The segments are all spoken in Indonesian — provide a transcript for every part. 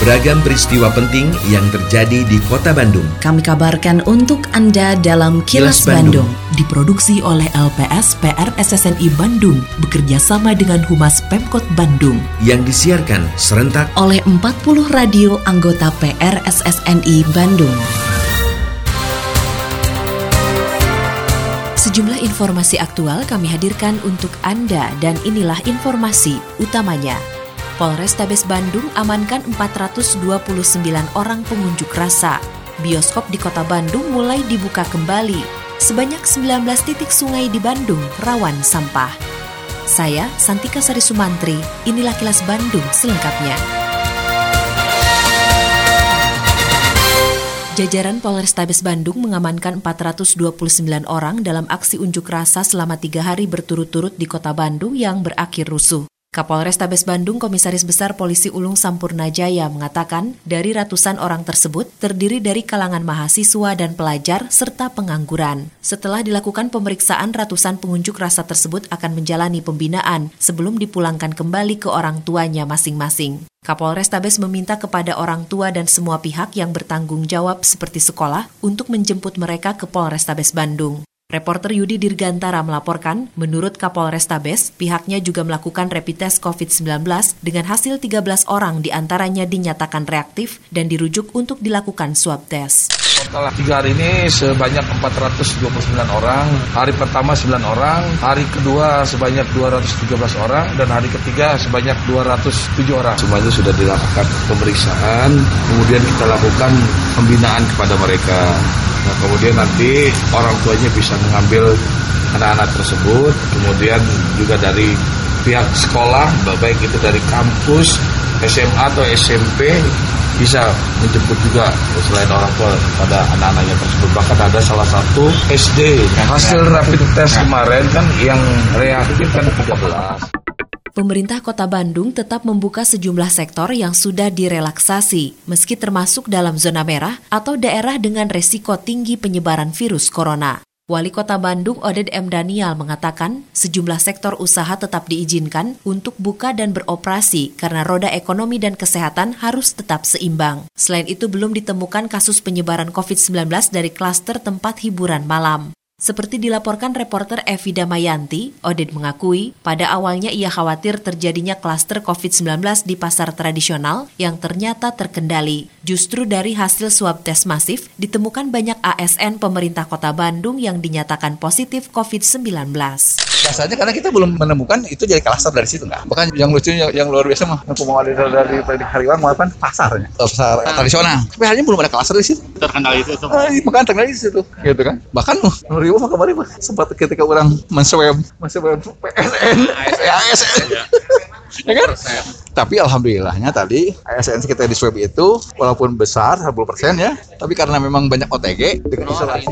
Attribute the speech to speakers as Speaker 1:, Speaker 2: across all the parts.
Speaker 1: Beragam peristiwa penting yang terjadi di Kota Bandung
Speaker 2: kami kabarkan untuk Anda dalam Kilas Bandung. Diproduksi oleh LPS PR SSNI Bandung bekerja sama dengan Humas Pemkot Bandung
Speaker 1: yang disiarkan serentak
Speaker 2: oleh 40 radio anggota PR SSNI Bandung. Sejumlah informasi aktual kami hadirkan untuk Anda dan inilah informasi utamanya. Polrestabes Bandung amankan 429 orang pengunjuk rasa. Bioskop di Kota Bandung mulai dibuka kembali. Sebanyak 19 titik sungai di Bandung rawan sampah. Saya Santika Sari Sumantri, inilah Kilas Bandung selengkapnya. Jajaran Polrestabes Bandung mengamankan 429 orang dalam aksi unjuk rasa selama 3 hari berturut-turut di Kota Bandung yang berakhir rusuh. Kapolrestabes Bandung Komisaris Besar Polisi Ulung Sampurnajaya mengatakan dari ratusan orang tersebut terdiri dari kalangan mahasiswa dan pelajar serta pengangguran. Setelah dilakukan pemeriksaan, ratusan pengunjuk rasa tersebut akan menjalani pembinaan sebelum dipulangkan kembali ke orang tuanya masing-masing. Kapolrestabes meminta kepada orang tua dan semua pihak yang bertanggung jawab seperti sekolah untuk menjemput mereka ke Polrestabes Bandung. Reporter Yudi Dirgantara melaporkan, menurut Kapolrestabes, pihaknya juga melakukan rapid test COVID-19 dengan hasil 13 orang diantaranya dinyatakan reaktif dan dirujuk untuk dilakukan swab test.
Speaker 3: Total 3 hari ini sebanyak 429 orang, hari pertama 9 orang, hari kedua sebanyak 213 orang, dan hari ketiga sebanyak 207 orang. Semuanya sudah dilakukan pemeriksaan, kemudian kita lakukan pembinaan kepada mereka. Nah, kemudian nanti orang tuanya bisa mengambil anak-anak tersebut, kemudian juga dari pihak sekolah, baik itu dari kampus, SMA atau SMP, bisa menjemput juga selain orang tua pada anak-anaknya tersebut. Bahkan ada salah satu SD hasil rapid test kemarin kan yang reaktif kan 13.
Speaker 2: Pemerintah Kota Bandung tetap membuka sejumlah sektor yang sudah direlaksasi, meski termasuk dalam zona merah atau daerah dengan resiko tinggi penyebaran virus corona. Wali Kota Bandung Oded M. Daniel mengatakan sejumlah sektor usaha tetap diizinkan untuk buka dan beroperasi karena roda ekonomi dan kesehatan harus tetap seimbang. Selain itu belum ditemukan kasus penyebaran COVID-19 dari klaster tempat hiburan malam. Seperti dilaporkan reporter Evi Damayanti, Oded mengakui pada awalnya ia khawatir terjadinya klaster COVID-19 di pasar tradisional yang ternyata terkendali. Justru dari hasil swab tes masif, ditemukan banyak ASN pemerintah Kota Bandung yang dinyatakan positif COVID-19.
Speaker 4: Biasanya karena kita belum menemukan itu jadi klaster dari situ nggak. Bahkan yang lucunya, yang luar biasa mah, mau ada dari Hariwan melakukan pasarnya, pasar tradisional. Tapi hanya belum ada klaster di situ.
Speaker 5: Terkendali itu.
Speaker 4: Makanya terkendali di situ, gitu kan. Bahkan ribu mah kemarin sempat ketika orang men-swab PSN, ASN. Ya kan? Tapi alhamdulillahnya tadi ASN kita di swab itu walaupun besar 10% ya, tapi karena memang banyak OTG dengan isolasi.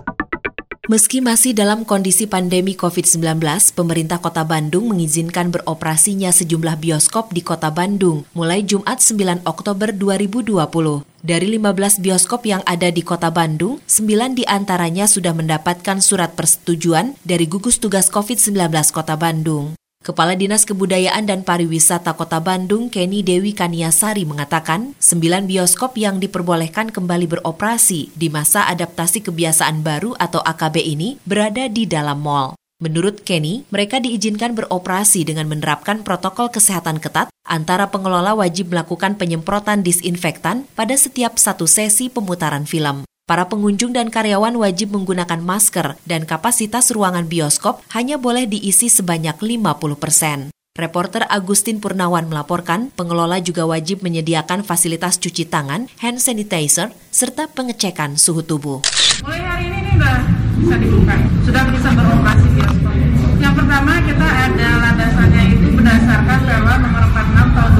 Speaker 2: Meski masih dalam kondisi pandemi COVID-19, pemerintah Kota Bandung mengizinkan beroperasinya sejumlah bioskop di Kota Bandung mulai Jumat 9 Oktober 2020. Dari 15 bioskop yang ada di Kota Bandung, 9 diantaranya sudah mendapatkan surat persetujuan dari gugus tugas COVID-19 Kota Bandung. Kepala Dinas Kebudayaan dan Pariwisata Kota Bandung, Kenny Dewi Kaniasari mengatakan, 9 bioskop yang diperbolehkan kembali beroperasi di masa adaptasi kebiasaan baru atau AKB ini berada di dalam mal. Menurut Kenny, mereka diizinkan beroperasi dengan menerapkan protokol kesehatan ketat, antara pengelola wajib melakukan penyemprotan disinfektan pada setiap satu sesi pemutaran film. Para pengunjung dan karyawan wajib menggunakan masker dan kapasitas ruangan bioskop hanya boleh diisi sebanyak 50%. Reporter Agustin Purnawan melaporkan, pengelola juga wajib menyediakan fasilitas cuci tangan, hand sanitizer, serta pengecekan suhu tubuh.
Speaker 6: Mulai hari ini sudah bisa dibuka, sudah bisa beroperasi bioskop. Yang pertama kita ada landasannya itu berdasarkan Perwa nomor 46 tahun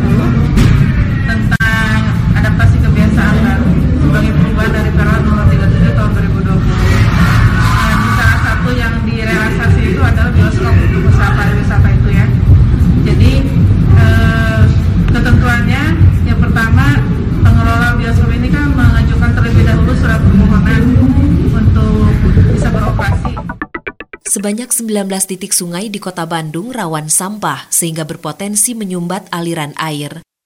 Speaker 6: 2020 tentang adaptasi kebiasaan baru sebagai perubahan dari Perwa nomor 37 tahun 2020. Di salah satu yang direlaksasi itu adalah bioskop untuk usaha pariwisata itu ya. Jadi ketentuannya yang pertama, pengelola bioskop ini kan mengajukan terlebih dahulu surat permohonan untuk bisa beroperasi.
Speaker 2: Sebanyak 19 titik sungai di Kota Bandung rawan sampah sehingga berpotensi menyumbat aliran air.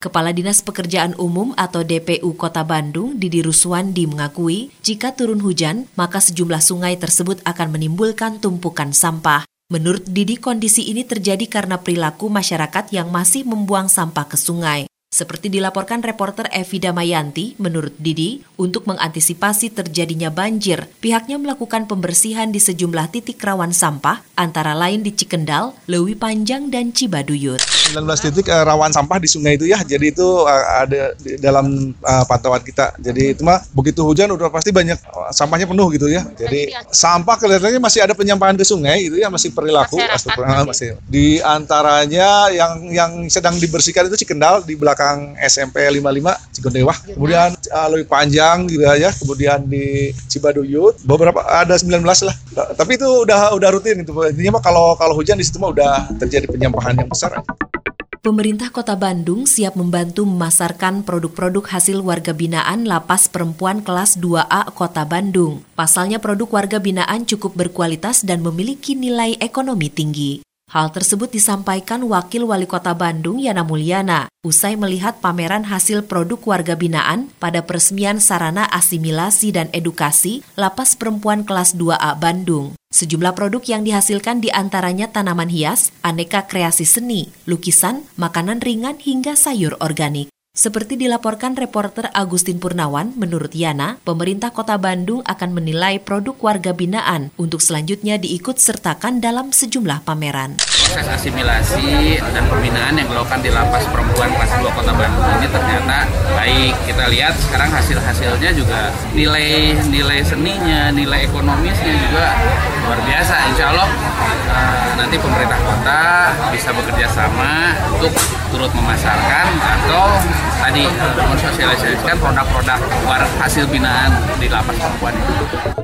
Speaker 2: Kepala Dinas Pekerjaan Umum atau DPU Kota Bandung, Didi Ruswandi mengakui, jika turun hujan, maka sejumlah sungai tersebut akan menimbulkan tumpukan sampah. Menurut Didi, kondisi ini terjadi karena perilaku masyarakat yang masih membuang sampah ke sungai. Seperti dilaporkan reporter Evi Damayanti, menurut Didi, untuk mengantisipasi terjadinya banjir, pihaknya melakukan pembersihan di sejumlah titik rawan sampah, antara lain di Cikendal, Leuwi Panjang, dan Cibaduyut.
Speaker 4: 19 titik rawan sampah di sungai itu ya, jadi itu ada di dalam pantauan kita. Jadi itu mah begitu hujan udah pasti banyak sampahnya penuh gitu ya. Jadi sampah kelihatannya masih ada penyampahan ke sungai itu ya, masih perilaku. Masih. Di antaranya yang sedang dibersihkan itu Cikendal di belakang SMP 55 Cigondewa, kemudian Leuwi Panjang juga ya, kemudian di Cibaduyut beberapa ada 19 lah. Tapi itu udah rutin itu. Intinya mah kalau hujan di situ mah udah terjadi penyampahan yang besar.
Speaker 2: Pemerintah Kota Bandung siap membantu memasarkan produk-produk hasil warga binaan Lapas Perempuan kelas 2A Kota Bandung. Pasalnya produk warga binaan cukup berkualitas dan memiliki nilai ekonomi tinggi. Hal tersebut disampaikan Wakil Wali Kota Bandung Yana Mulyana usai melihat pameran hasil produk warga binaan pada peresmian sarana asimilasi dan edukasi Lapas Perempuan kelas 2A Bandung. Sejumlah produk yang dihasilkan diantaranya tanaman hias, aneka kreasi seni, lukisan, makanan ringan hingga sayur organik. Seperti dilaporkan reporter Agustin Purnawan, menurut Yana, pemerintah Kota Bandung akan menilai produk warga binaan untuk selanjutnya diikut sertakan dalam sejumlah pameran.
Speaker 5: Proses asimilasi dan pembinaan yang dilakukan di Lapas Perempuan kelas 2 Kota Bandung ini ternyata baik. Kita lihat sekarang hasil-hasilnya juga nilai seninya, nilai ekonomisnya juga luar biasa. Insya Allah nanti pemerintah kota bisa bekerja sama untuk turut memasarkan atau tadi mensosialisasikan produk-produk hasil binaan di Lapas Perempuan itu.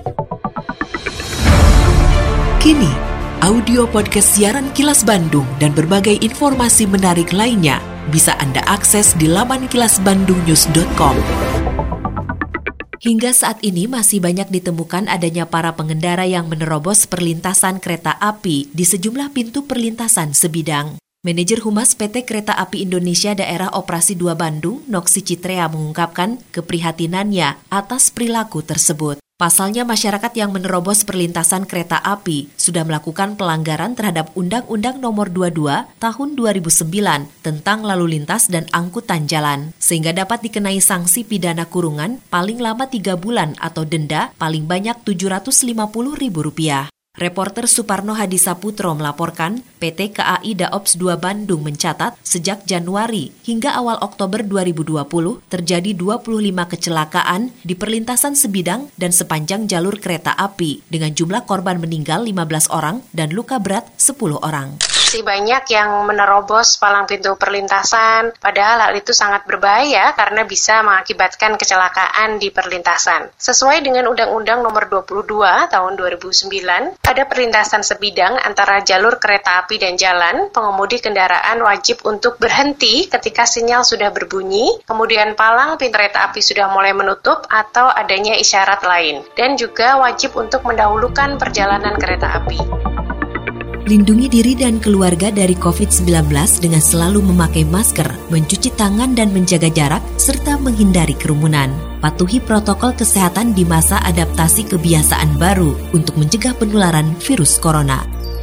Speaker 2: Kini, audio podcast siaran Kilas Bandung dan berbagai informasi menarik lainnya bisa Anda akses di laman kilasbandungnews.com. Hingga saat ini masih banyak ditemukan adanya para pengendara yang menerobos perlintasan kereta api di sejumlah pintu perlintasan sebidang. Manajer Humas PT Kereta Api Indonesia Daerah Operasi 2 Bandung, Noksi Citrea mengungkapkan keprihatinannya atas perilaku tersebut. Pasalnya masyarakat yang menerobos perlintasan kereta api sudah melakukan pelanggaran terhadap Undang-Undang Nomor 22 Tahun 2009 tentang lalu lintas dan angkutan jalan, sehingga dapat dikenai sanksi pidana kurungan paling lama 3 bulan atau denda paling banyak Rp750.000. Reporter Suparno Hadisaputro melaporkan, PT KAI Daops 2 Bandung mencatat sejak Januari hingga awal Oktober 2020 terjadi 25 kecelakaan di perlintasan sebidang dan sepanjang jalur kereta api dengan jumlah korban meninggal 15 orang dan luka berat 10 orang.
Speaker 7: Masih banyak yang menerobos palang pintu perlintasan, padahal hal itu sangat berbahaya karena bisa mengakibatkan kecelakaan di perlintasan. Sesuai dengan Undang-Undang Nomor 22 Tahun 2009, pada perlintasan sebidang antara jalur kereta api dan jalan, pengemudi kendaraan wajib untuk berhenti ketika sinyal sudah berbunyi, kemudian palang pintu kereta api sudah mulai menutup atau adanya isyarat lain, dan juga wajib untuk mendahulukan perjalanan kereta api.
Speaker 2: Lindungi diri dan keluarga dari COVID-19 dengan selalu memakai masker, mencuci tangan dan menjaga jarak, serta menghindari kerumunan. Patuhi protokol kesehatan di masa adaptasi kebiasaan baru untuk mencegah penularan virus corona.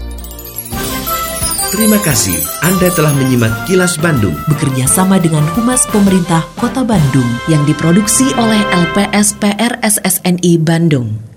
Speaker 1: Terima kasih Anda telah menyimak Kilas Bandung
Speaker 2: bekerja sama dengan Humas Pemerintah Kota Bandung yang diproduksi oleh LPSPR SSNI Bandung.